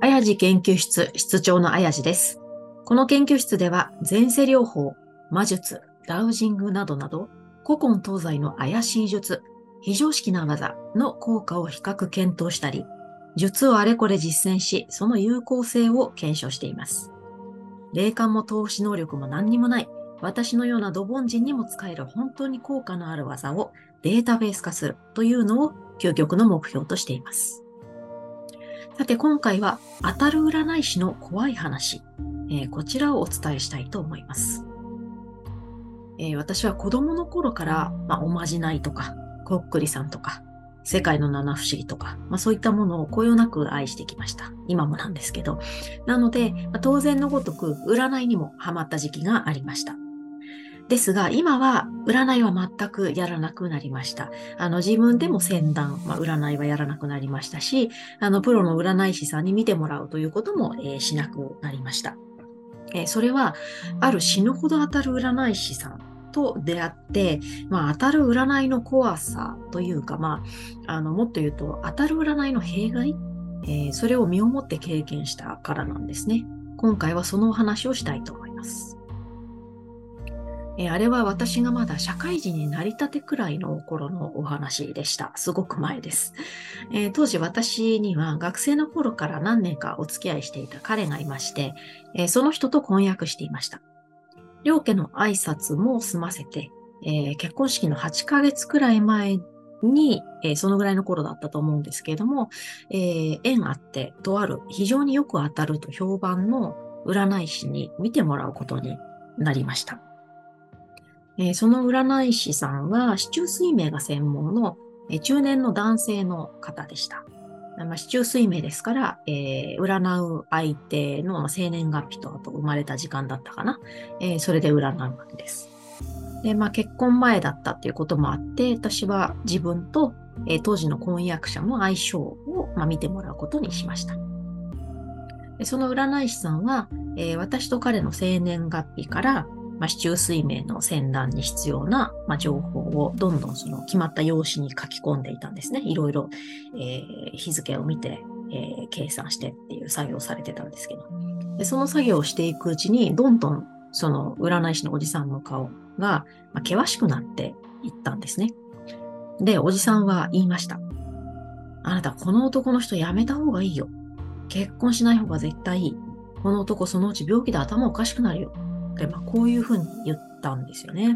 あやじ研究室室長のあやじです。この研究室では前世療法、魔術、ラウジングなどなど古今東西の怪しい術、非常識な技の効果を比較検討したり、術をあれこれ実践し、その有効性を検証しています。霊感も投資能力も何にもない、私のようなドボン人にも使える本当に効果のある技をデータベース化するというのを究極の目標としています。さて今回は当たる占い師の怖い話、こちらをお伝えしたいと思います。私は子供の頃から、おまじないとか、こっくりさんとか、世界の七不思議とか、そういったものをこよなく愛してきました。今もなんですけど。なので、当然のごとく占いにもハマった時期がありました。ですが、今は占いは全くやらなくなりました。自分でも占談、占いはやらなくなりましたし、プロの占い師さんに見てもらうということも、しなくなりました。それは、ある死ぬほど当たる占い師さんと出会って、当たる占いの怖さというか、もっと言うと、当たる占いの弊害、それを身をもって経験したからなんですね。今回はそのお話をしたいと思います。あれは私がまだ社会人になりたてくらいの頃のお話でした。すごく前です。当時私には学生の頃から何年かお付き合いしていた彼がいまして、その人と婚約していました。両家の挨拶も済ませて、結婚式の8ヶ月くらい前に、そのぐらいの頃だったと思うんですけれども、縁あってとある非常によく当たると評判の占い師に見てもらうことになりました。その占い師さんは、四柱推命が専門の、中年の男性の方でした。四柱推命ですから、占う相手の生年月日とあと生まれた時間だったかな。それで占うわけです。で、結婚前だったっていうこともあって、私は自分と、当時の婚約者の相性を、見てもらうことにしました。でその占い師さんは、私と彼の生年月日から、四柱推命の占談に必要な、情報をどんどんその決まった用紙に書き込んでいたんですね。いろいろ、日付を見て、計算してっていう作業をされてたんですけど。でその作業をしていくうちに、どんどんその占い師のおじさんの顔が、険しくなっていったんですね。で、おじさんは言いました。あなた、この男の人やめた方がいいよ。結婚しない方が絶対いい。この男そのうち病気で頭おかしくなるよ。で、こういうふうに言ったんですよね。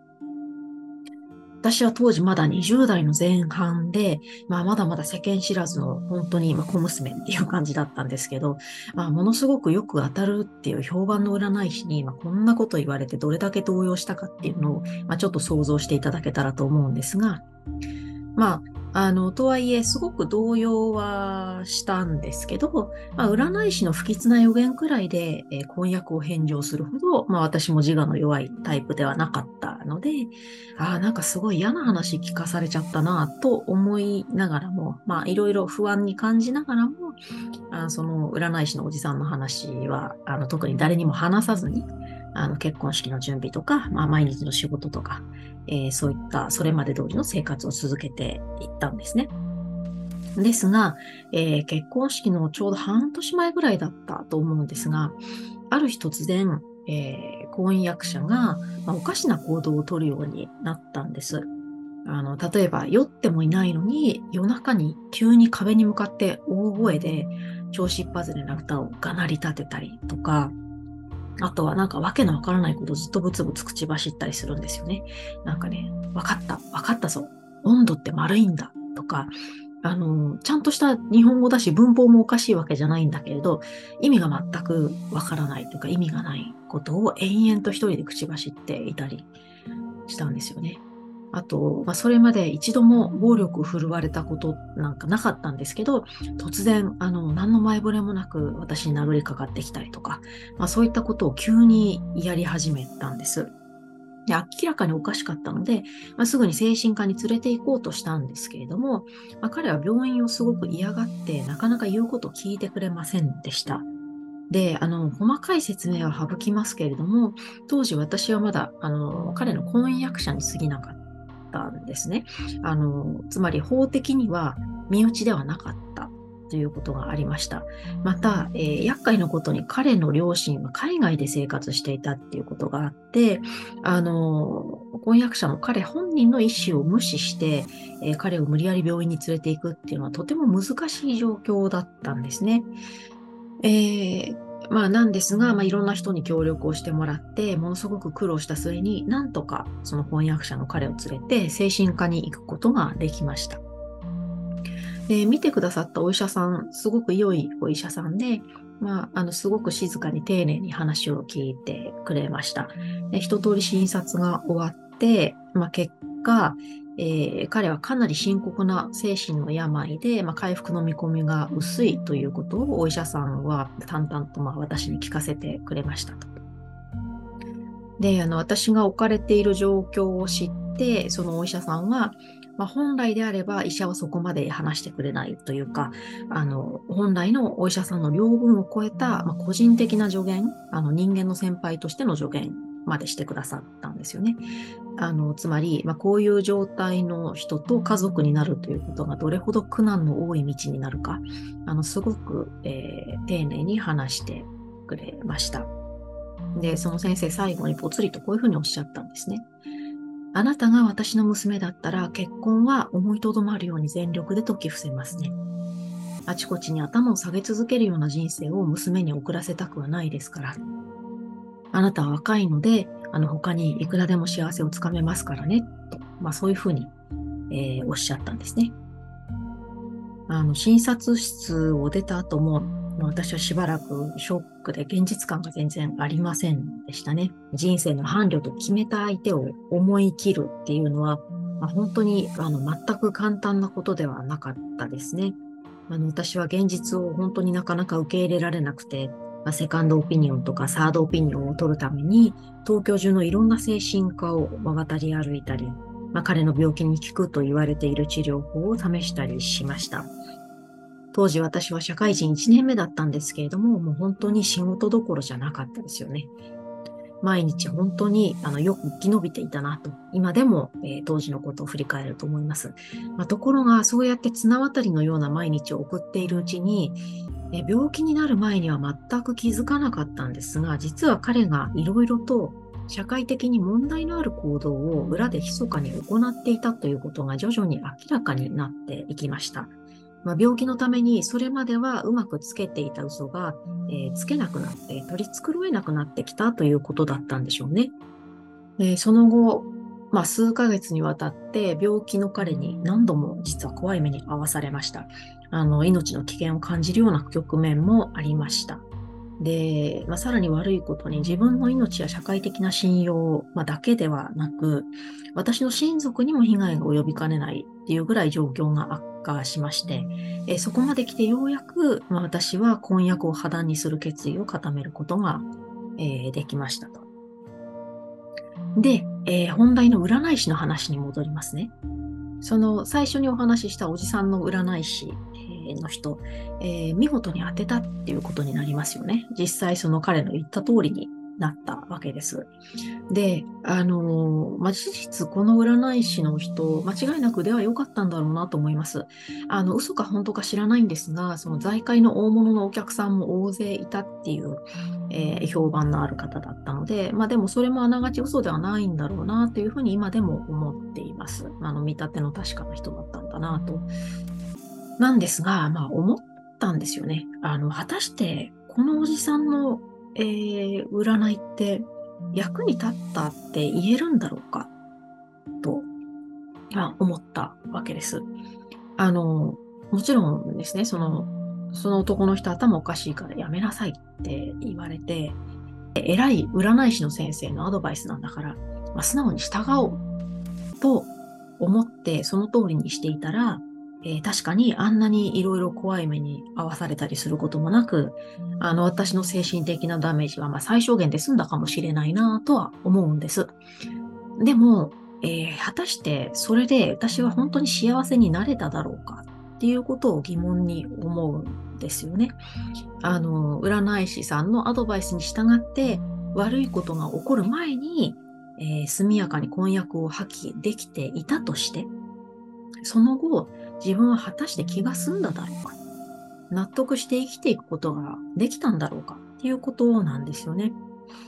私は当時まだ20代の前半で、まだまだ世間知らずの本当に小娘っていう感じだったんですけど、ものすごくよく当たるっていう評判の占い師に、こんなこと言われてどれだけ動揺したかっていうのを、ちょっと想像していただけたらと思うんですが、とはいえ、すごく動揺はしたんですけど、占い師の不吉な予言くらいで、婚約を返上するほど、私も自我の弱いタイプではなかったので、なんかすごい嫌な話聞かされちゃったなと思いながらも、いろいろ不安に感じながらも、その占い師のおじさんの話は、特に誰にも話さずに、結婚式の準備とか、毎日の仕事とか、そういったそれまで通りの生活を続けていったんですね。ですが、結婚式のちょうど半年前ぐらいだったと思うんですが、ある日突然、婚約者が、おかしな行動をとるようになったんです。例えば酔ってもいないのに夜中に急に壁に向かって大声で調子っ外れな歌をがなり立てたりとか、あとはなんかわけのわからないことをずっとブツブツ口走ったりするんですよね。なんかね、わかったぞ。温度って丸いんだ。とか、ちゃんとした日本語だし文法もおかしいわけじゃないんだけれど、意味が全くわからないというか意味がないことを延々と一人で口走っていたりしたんですよね。あと、それまで一度も暴力を振るわれたことなんかなかったんですけど、突然、何の前触れもなく私に殴りかかってきたりとか、そういったことを急にやり始めたんです。で明らかにおかしかったので、すぐに精神科に連れて行こうとしたんですけれども、彼は病院をすごく嫌がって、なかなか言うことを聞いてくれませんでした。で、細かい説明は省きますけれども、当時私はまだ、彼の婚約者に過ぎなかったんですね。つまり法的には身内ではなかった。 ということがありました。また、厄介なことに彼の両親は海外で生活していたっていうことがあって、婚約者の彼本人の意思を無視して、彼を無理やり病院に連れて行くっていうのはとても難しい状況だったんですね。なんですが、いろんな人に協力をしてもらって、ものすごく苦労した末に、なんとかその翻訳者の彼を連れて精神科に行くことができました。で、見てくださったお医者さん、すごく良いお医者さんで、すごく静かに丁寧に話を聞いてくれました。で、一通り診察が終わって、結果、彼はかなり深刻な精神の病で、回復の見込みが薄いということをお医者さんは淡々と私に聞かせてくれましたと。で、私が置かれている状況を知って、そのお医者さんは、本来であれば医者はそこまで話してくれないというか、本来のお医者さんの両分を超えた、個人的な助言、人間の先輩としての助言までしてくださったんですよね。つまり、こういう状態の人と家族になるということがどれほど苦難の多い道になるか、すごく、丁寧に話してくれました。で、その先生最後にぽつりとこういうふうにおっしゃったんですね。あなたが私の娘だったら結婚は思いとどまるように全力で説き伏せますね。あちこちに頭を下げ続けるような人生を娘に送らせたくはないですから。あなたは若いので、他にいくらでも幸せをつかめますからね、と、そういうふうに、おっしゃったんですね。診察室を出た後も、私はしばらくショックで現実感が全然ありませんでしたね。人生の伴侶と決めた相手を思い切るっていうのは、本当に全く簡単なことではなかったですね。私は現実を本当になかなか受け入れられなくて、セカンドオピニオンとかサードオピニオンを取るために、東京中のいろんな精神科を渡り歩いたり、彼の病気に効くと言われている治療法を試したりしました。当時私は社会人1年目だったんですけれども、もう本当に仕事どころじゃなかったですよね。毎日本当によく生き延びていたなと、今でも、当時のことを振り返ると思います。ところが、そうやって綱渡りのような毎日を送っているうちに、病気になる前には全く気づかなかったんですが、実は彼がいろいろと社会的に問題のある行動を裏で密かに行っていたということが徐々に明らかになっていきました。病気のためにそれまではうまくつけていた嘘が、つけなくなって取り繕えなくなってきたということだったんでしょうね。その後、数ヶ月にわたって病気の彼に何度も実は怖い目に遭わされました。命の危険を感じるような局面もありました。で、さらに悪いことに自分の命や社会的な信用、だけではなく、私の親族にも被害が及びかねないっていうぐらい状況が悪化しまして、そこまで来てようやく、私は婚約を破談にする決意を固めることが、できましたと。で、本題の占い師の話に戻りますね。その最初にお話ししたおじさんの占い師の人、見事に当てたっていうことになりますよね。実際その彼の言った通りになったわけです。で、事実この占い師の人、間違いなくでは良かったんだろうなと思います。嘘か本当か知らないんですが、その財界の大物のお客さんも大勢いたっていう、評判のある方だったので、でもそれもあながち嘘ではないんだろうなというふうに今でも思っています。見立ての確かな人だったんだなと。なんですが、思ったんですよね。果たしてこのおじさんの、占いって役に立ったって言えるんだろうかと、思ったわけです。もちろんですね、その男の人頭おかしいからやめなさいって言われて、偉い占い師の先生のアドバイスなんだから、素直に従おうと思ってその通りにしていたら、確かにあんなにいろいろ怖い目に遭わされたりすることもなく、私の精神的なダメージは最小限で済んだかもしれないなとは思うんです。でも、果たしてそれで私は本当に幸せになれただろうかっていうことを疑問に思うんですよね。占い師さんのアドバイスに従って悪いことが起こる前に、速やかに婚約を破棄できていたとして、その後、自分は果たして気が済んだだろうか。 納得して生きていくことができたんだろうかっていうことなんですよね。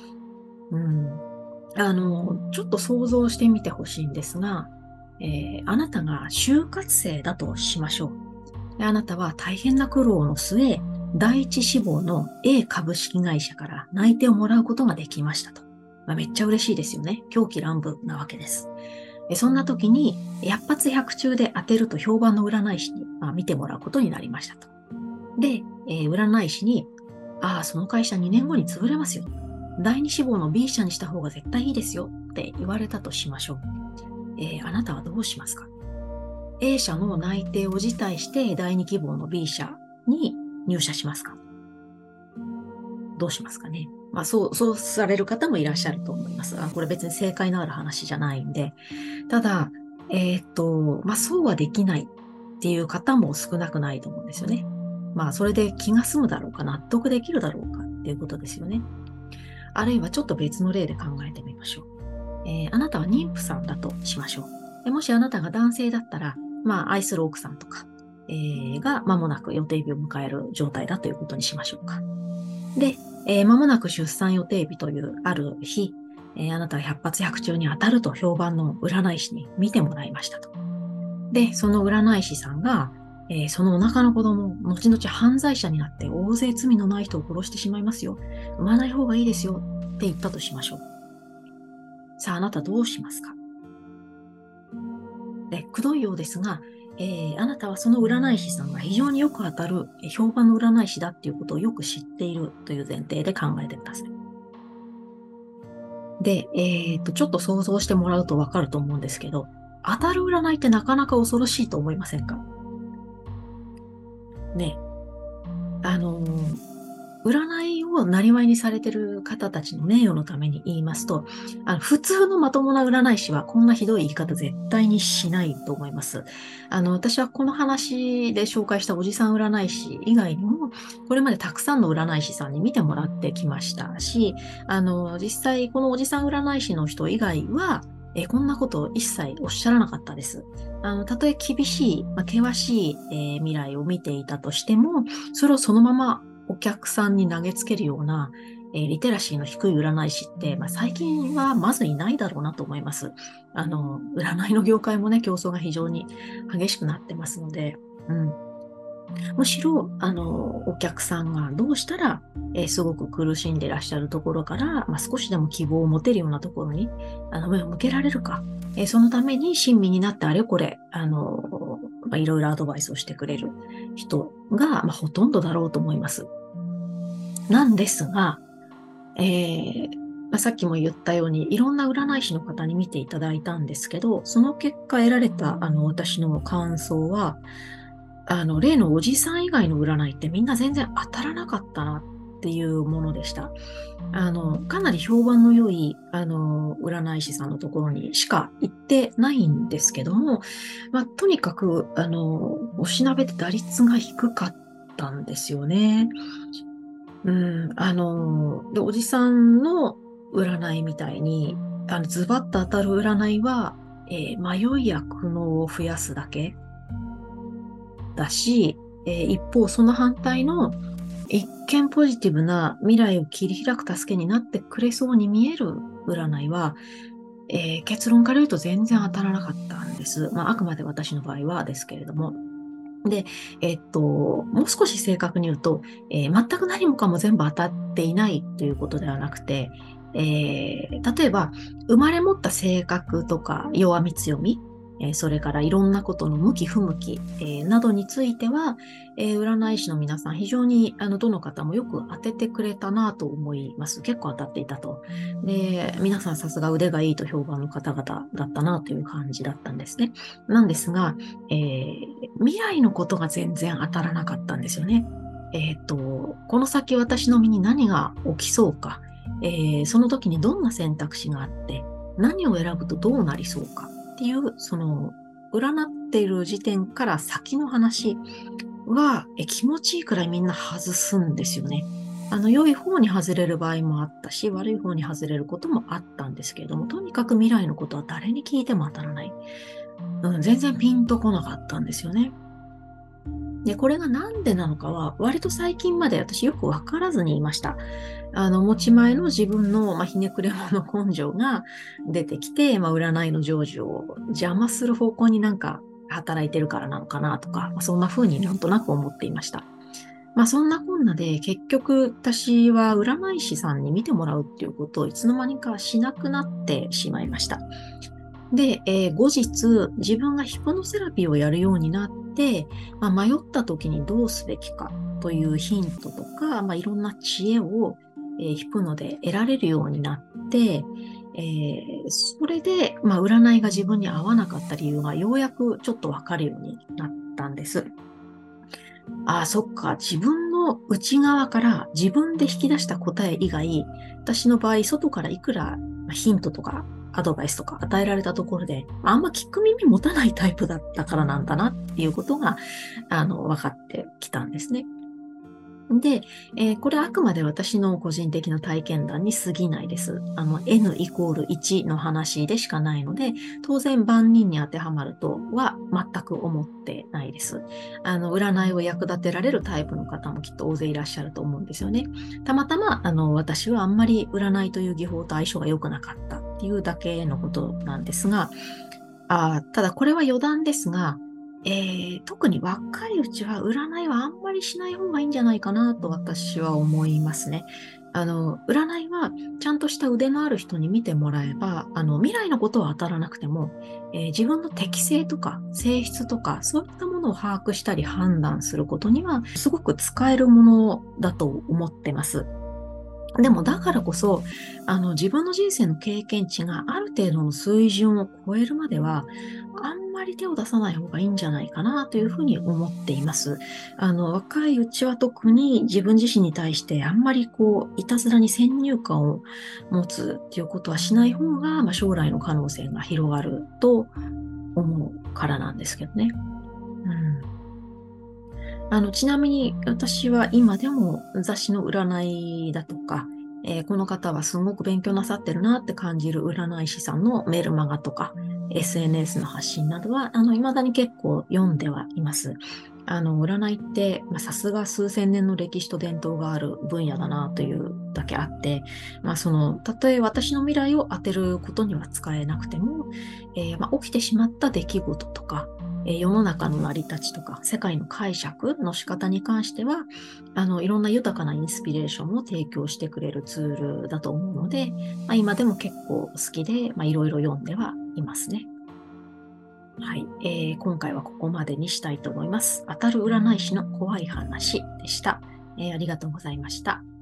ちょっと想像してみてほしいんですが、あなたが就活生だとしましょう。であなたは大変な苦労の末、第一志望の A 株式会社から内定をもらうことができましたと。めっちゃ嬉しいですよね。狂気乱舞なわけです。そんな時に、百発百中で当てると評判の占い師に、見てもらうことになりましたと。で、占い師に、その会社2年後に潰れますよ。第二志望の B 社にした方が絶対いいですよって言われたとしましょう。あなたはどうしますか？ A 社の内定を辞退して第二希望の B 社に入社しますか？どうしますかね。そうされる方もいらっしゃると思いますが、これ別に正解のある話じゃないんで、ただ、そうはできないっていう方も少なくないと思うんですよね。それで気が済むだろうか、納得できるだろうかっていうことですよね。あるいはちょっと別の例で考えてみましょう。あなたは妊婦さんだとしましょう。もしあなたが男性だったら、愛する奥さんとか、が間もなく予定日を迎える状態だということにしましょうか。で、間もなく出産予定日というある日、あなたは百発百中に当たると評判の占い師に見てもらいましたと。で、その占い師さんが、そのお腹の子供、後々犯罪者になって大勢罪のない人を殺してしまいますよ。産まない方がいいですよって言ったとしましょう。さあ、あなたどうしますか？で、くどいようですが、あなたはその占い師さんが非常によく当たる評判の占い師だっていうことをよく知っているという前提で考えてください。で、ちょっと想像してもらうとわかると思うんですけど、当たる占いってなかなか恐ろしいと思いませんか？ね。占いを生りにされている方たちの名誉のために言いますと、普通のまともな占い師はこんなひどい言い方絶対にしないと思います。私はこの話で紹介したおじさん占い師以外にも、これまでたくさんの占い師さんに見てもらってきましたし、実際このおじさん占い師の人以外は、こんなことを一切おっしゃらなかったです。たとえ厳しい、険しい、未来を見ていたとしても、それをそのままお客さんに投げつけるような、リテラシーの低い占い師って、最近はまずいないだろうなと思います。占いの業界もね、競争が非常に激しくなってますので、むしろ、お客さんがどうしたら、すごく苦しんでいらっしゃるところから、少しでも希望を持てるようなところに、目を向けられるか、そのために親身になってあれこれ、いろいろアドバイスをしてくれる人が、ほとんどだろうと思います。なんですが、さっきも言ったように、いろんな占い師の方に見ていただいたんですけど、その結果得られた、私の感想は、例のおじさん以外の占いってみんな全然当たらなかったなっていうものでした。かなり評判の良い、占い師さんのところにしか行ってないんですけども、とにかく、おしなべて打率が低かったんですよね。で、おじさんの占いみたいに、ズバッと当たる占いは、迷いや苦悩を増やすだけだし、一方、その反対の一見ポジティブな未来を切り開く助けになってくれそうに見える占いは、結論から言うと全然当たらなかったんです。あくまで私の場合はですけれども。で、もう少し正確に言うと、全く何もかも全部当たっていないということではなくて、例えば、生まれ持った性格とか弱み強み、それからいろんなことの向き不向き、などについては、占い師の皆さん非常にどの方もよく当ててくれたなと思います。結構当たっていたと。で、皆さんさすが腕がいいと評判の方々だったなという感じだったんですね。なんですが、未来のことが全然当たらなかったんですよね。この先私の身に何が起きそうか、その時にどんな選択肢があって、何を選ぶとどうなりそうかっていう、占っている時点から先の話は、気持ちいいくらいみんな外すんですよね。良い方に外れる場合もあったし、悪い方に外れることもあったんですけれども、とにかく未来のことは誰に聞いても当たらない。全然ピンとこなかったんですよね。 で、これがなんでなのかは、割と最近まで私よくわからずにいました。持ち前の自分の、ひねくれ者根性が出てきて、占いの成就を邪魔する方向になんか働いてるからなのかなとか、そんな風になんとなく思っていました。そんなこんなで結局私は占い師さんに見てもらうっていうことをいつの間にかしなくなってしまいました。で、後日自分がヒプノセラピーをやるようになって、迷った時にどうすべきかというヒントとか、いろんな知恵を、ヒプノで得られるようになって、それで、占いが自分に合わなかった理由がようやくちょっとわかるようになったんです。ああ、そっか。自分の内側から自分で引き出した答え以外、私の場合、外からいくらヒントとかアドバイスとか与えられたところで、あんま聞く耳持たないタイプだったからなんだなっていうことが、分かってきたんですね。で、これはあくまで私の個人的な体験談に過ぎないです。N イコール1の話でしかないので、当然万人に当てはまるとは全く思ってないです。占いを役立てられるタイプの方もきっと大勢いらっしゃると思うんですよね。たまたま、私はあんまり占いという技法と相性が良くなかったっていうだけのことなんですが、ただこれは余談ですが、特に若いうちは占いはあんまりしない方がいいんじゃないかなと私は思いますね。占いはちゃんとした腕のある人に見てもらえば、未来のことは当たらなくても、自分の適性とか性質とか、そういったものを把握したり判断することには、すごく使えるものだと思ってます。でもだからこそ、自分の人生の経験値がある程度の水準を超えるまでは、あんまり手を出さない方がいいんじゃないかなというふうに思っています。若いうちは特に自分自身に対してあんまりいたずらに先入観を持つっていうことはしない方が、将来の可能性が広がると思うからなんですけどね。ちなみに私は今でも雑誌の占いだとか、この方はすごく勉強なさってるなって感じる占い師さんのメールマガとか、SNS の発信などは、未だに結構読んではいます。占いって、さすが数千年の歴史と伝統がある分野だなというだけあって、たとえ私の未来を当てることには使えなくても、起きてしまった出来事とか、世の中の成り立ちとか世界の解釈の仕方に関しては、いろんな豊かなインスピレーションを提供してくれるツールだと思うので、今でも結構好きで、いろいろ読んではいますね。はい、今回はここまでにしたいと思います。当たる占い師の怖い話でした。ありがとうございました。